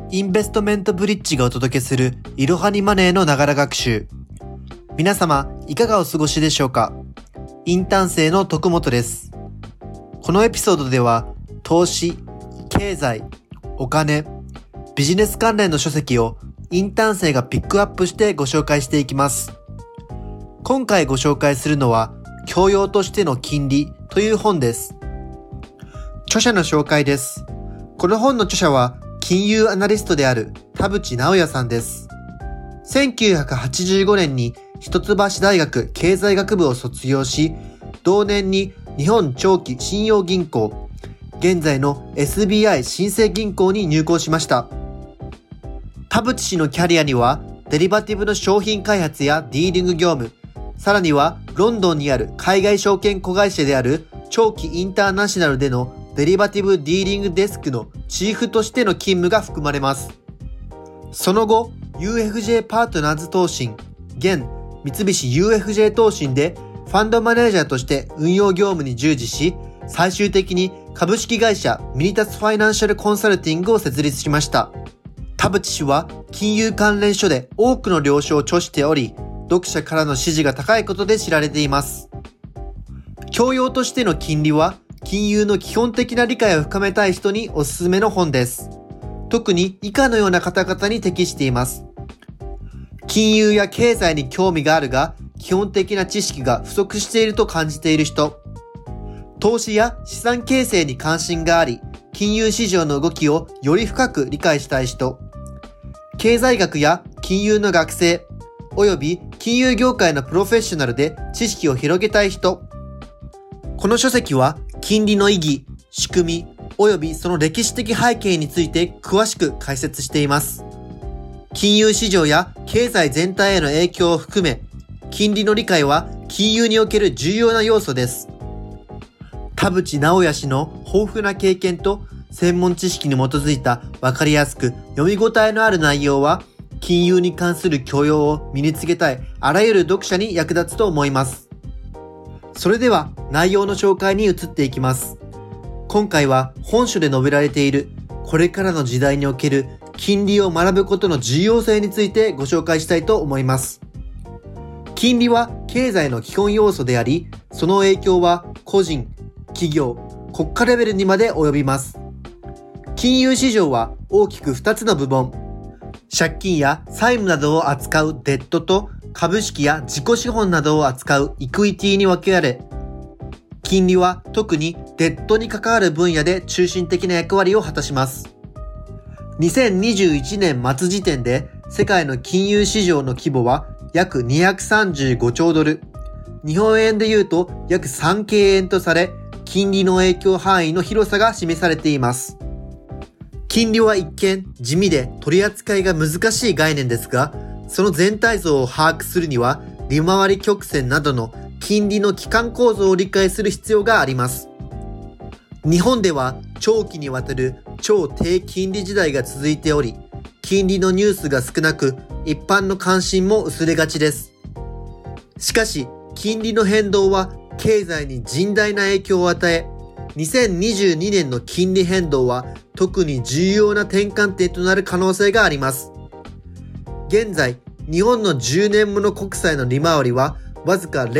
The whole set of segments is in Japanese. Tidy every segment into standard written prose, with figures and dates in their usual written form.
インベストメントブリッジがお届けするいろはにマネーのながら学習。皆様いかがお過ごしでしょうか。インターン生の徳本です。このエピソードでは投資、経済、お金、ビジネス関連の書籍をインターン生がピックアップしてご紹介していきます。今回ご紹介するのは教養としての金利という本です。著者の紹介です。この本の著者は金融アナリストである田淵直也さんです。1985年に一橋大学経済学部を卒業し、同年に日本長期信用銀行、現在の SBI 新生銀行に入行しました。田淵氏のキャリアにはデリバティブの商品開発やディーリング業務、さらにはロンドンにある海外証券子会社である長期インターナショナルでのデリバティブディーリングデスクのチーフとしての勤務が含まれます。その後、UFJ パートナーズ投信、現三菱 UFJ 投信でファンドマネージャーとして運用業務に従事し、最終的に株式会社ミニタスファイナンシャルコンサルティングを設立しました。田淵氏は金融関連書で多くの了承を著しており、読者からの支持が高いことで知られています。教養としての金利は、金融の基本的な理解を深めたい人におすすめの本です。特に以下のような方々に適しています。金融や経済に興味があるが、基本的な知識が不足していると感じている人。投資や資産形成に関心があり、金融市場の動きをより深く理解したい人。経済学や金融の学生、および金融業界のプロフェッショナルで知識を広げたい人。この書籍は金利の意義、仕組み、およびその歴史的背景について詳しく解説しています。金融市場や経済全体への影響を含め、金利の理解は金融における重要な要素です。田淵直也氏の豊富な経験と専門知識に基づいた分かりやすく読み応えのある内容は、金融に関する教養を身につけたいあらゆる読者に役立つと思います。それでは内容の紹介に移っていきます。今回は本書で述べられているこれからの時代における金利を学ぶことの重要性についてご紹介したいと思います。金利は経済の基本要素であり、その影響は個人、企業、国家レベルにまで及びます。金融市場は大きく2つの部門、借金や債務などを扱うデッドと株式や自己資本などを扱うイクイティに分けられ、金利は特にデッドに関わる分野で中心的な役割を果たします。2021年末時点で世界の金融市場の規模は約235兆ドル、日本円で言うと約3京円とされ、金利の影響範囲の広さが示されています。金利は一見地味で取り扱いが難しい概念ですが、その全体像を把握するには利回り曲線などの金利の基幹構造を理解する必要があります。日本では長期にわたる超低金利時代が続いており、金利のニュースが少なく、一般の関心も薄れがちです。しかし、金利の変動は経済に甚大な影響を与え、2022年の金利変動は特に重要な転換点となる可能性があります。現在、日本の10年もの国債の利回りはわずか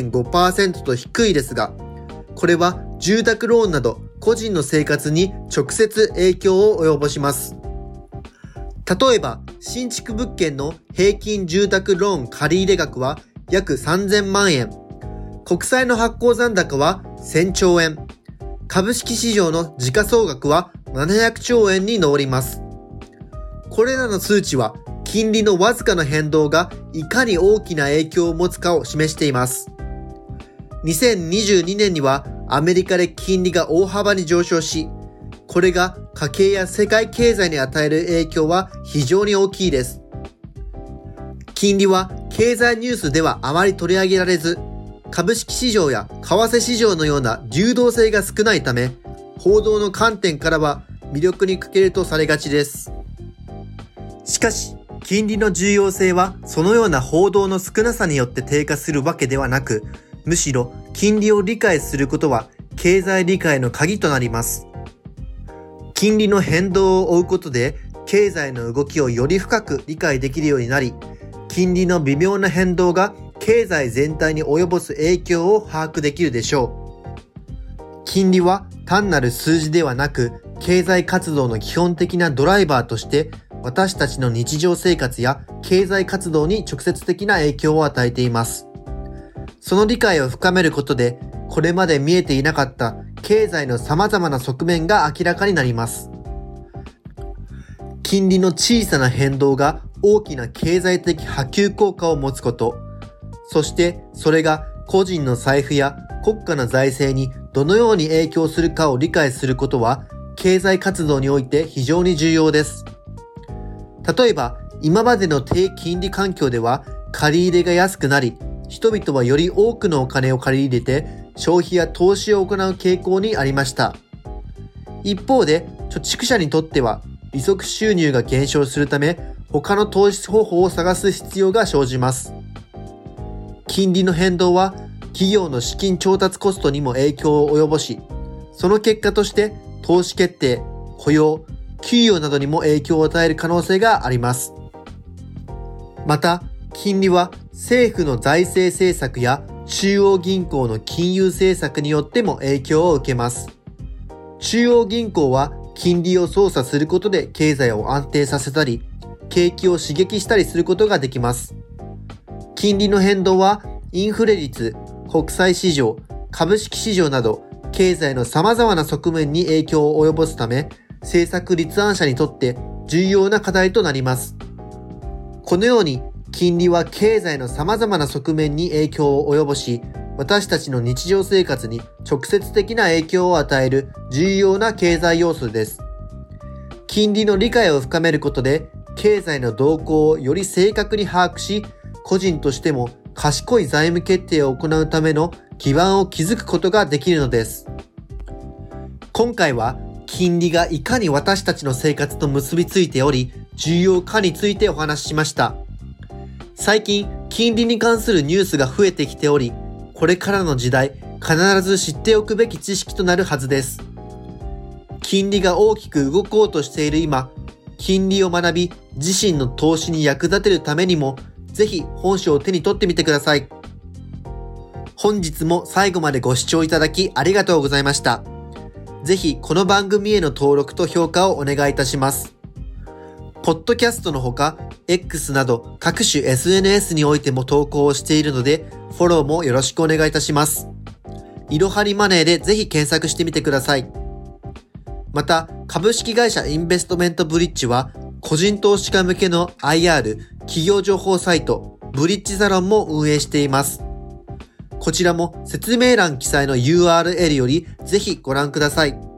0.5% と低いですが、これは住宅ローンなど個人の生活に直接影響を及ぼします。例えば、新築物件の平均住宅ローン借入額は約3000万円、国債の発行残高は1000兆円、株式市場の時価総額は700兆円に上ります。これらの数値は金利のわずかな変動がいかに大きな影響を持つかを示しています。2022年にはアメリカで金利が大幅に上昇し、これが家計や世界経済に与える影響は非常に大きいです。金利は経済ニュースではあまり取り上げられず、株式市場や為替市場のような流動性が少ないため、報道の観点からは魅力に欠けるとされがちです。しかし、金利の重要性はそのような報道の少なさによって低下するわけではなく、むしろ金利を理解することは経済理解の鍵となります。金利の変動を追うことで、経経済の動きをより深く理解できるようになり、金利の微妙な変動が経済全体に及ぼす影響を把握できるでしょう。金利は単なる数字ではなく、経済活動の基本的なドライバーとして、私たちの日常生活や経済活動に直接的な影響を与えています。その理解を深めることで、これまで見えていなかった経済の様々な側面が明らかになります。金利の小さな変動が大きな経済的波及効果を持つこと、そしてそれが個人の財布や国家の財政にどのように影響するかを理解することは、経済活動において非常に重要です。例えば、今までの低金利環境では借り入れが安くなり、人々はより多くのお金を借り入れて消費や投資を行う傾向にありました。一方で、貯蓄者にとっては利息収入が減少するため、他の投資方法を探す必要が生じます。金利の変動は企業の資金調達コストにも影響を及ぼし、その結果として投資決定、雇用、給与などにも影響を与える可能性があります。また、金利は政府の財政政策や中央銀行の金融政策によっても影響を受けます。中央銀行は金利を操作することで経済を安定させたり、景気を刺激したりすることができます。金利の変動はインフレ率、国債市場、株式市場など経済の様々な側面に影響を及ぼすため、政策立案者にとって重要な課題となります。このように金利は経済の様々な側面に影響を及ぼし、私たちの日常生活に直接的な影響を与える重要な経済要素です。金利の理解を深めることで、経済の動向をより正確に把握し、個人としても賢い財務決定を行うための基盤を築くことができるのです。今回は金利がいかに私たちの生活と結びついており、重要かについてお話ししました。最近、金利に関するニュースが増えてきており、これからの時代、必ず知っておくべき知識となるはずです。金利が大きく動こうとしている今、金利を学び、自身の投資に役立てるためにも、ぜひ本書を手に取ってみてください。本日も最後までご視聴いただきありがとうございました。ぜひこの番組への登録と評価をお願いいたします。ポッドキャストのほか、X など各種 SNS においても投稿をしているので、フォローもよろしくお願いいたします。いろはにマネーでぜひ検索してみてください。また、株式会社インベストメントブリッジは、個人投資家向けの IR 企業情報サイト、ブリッジサロンも運営しています。こちらも説明欄記載の URL よりぜひご覧ください。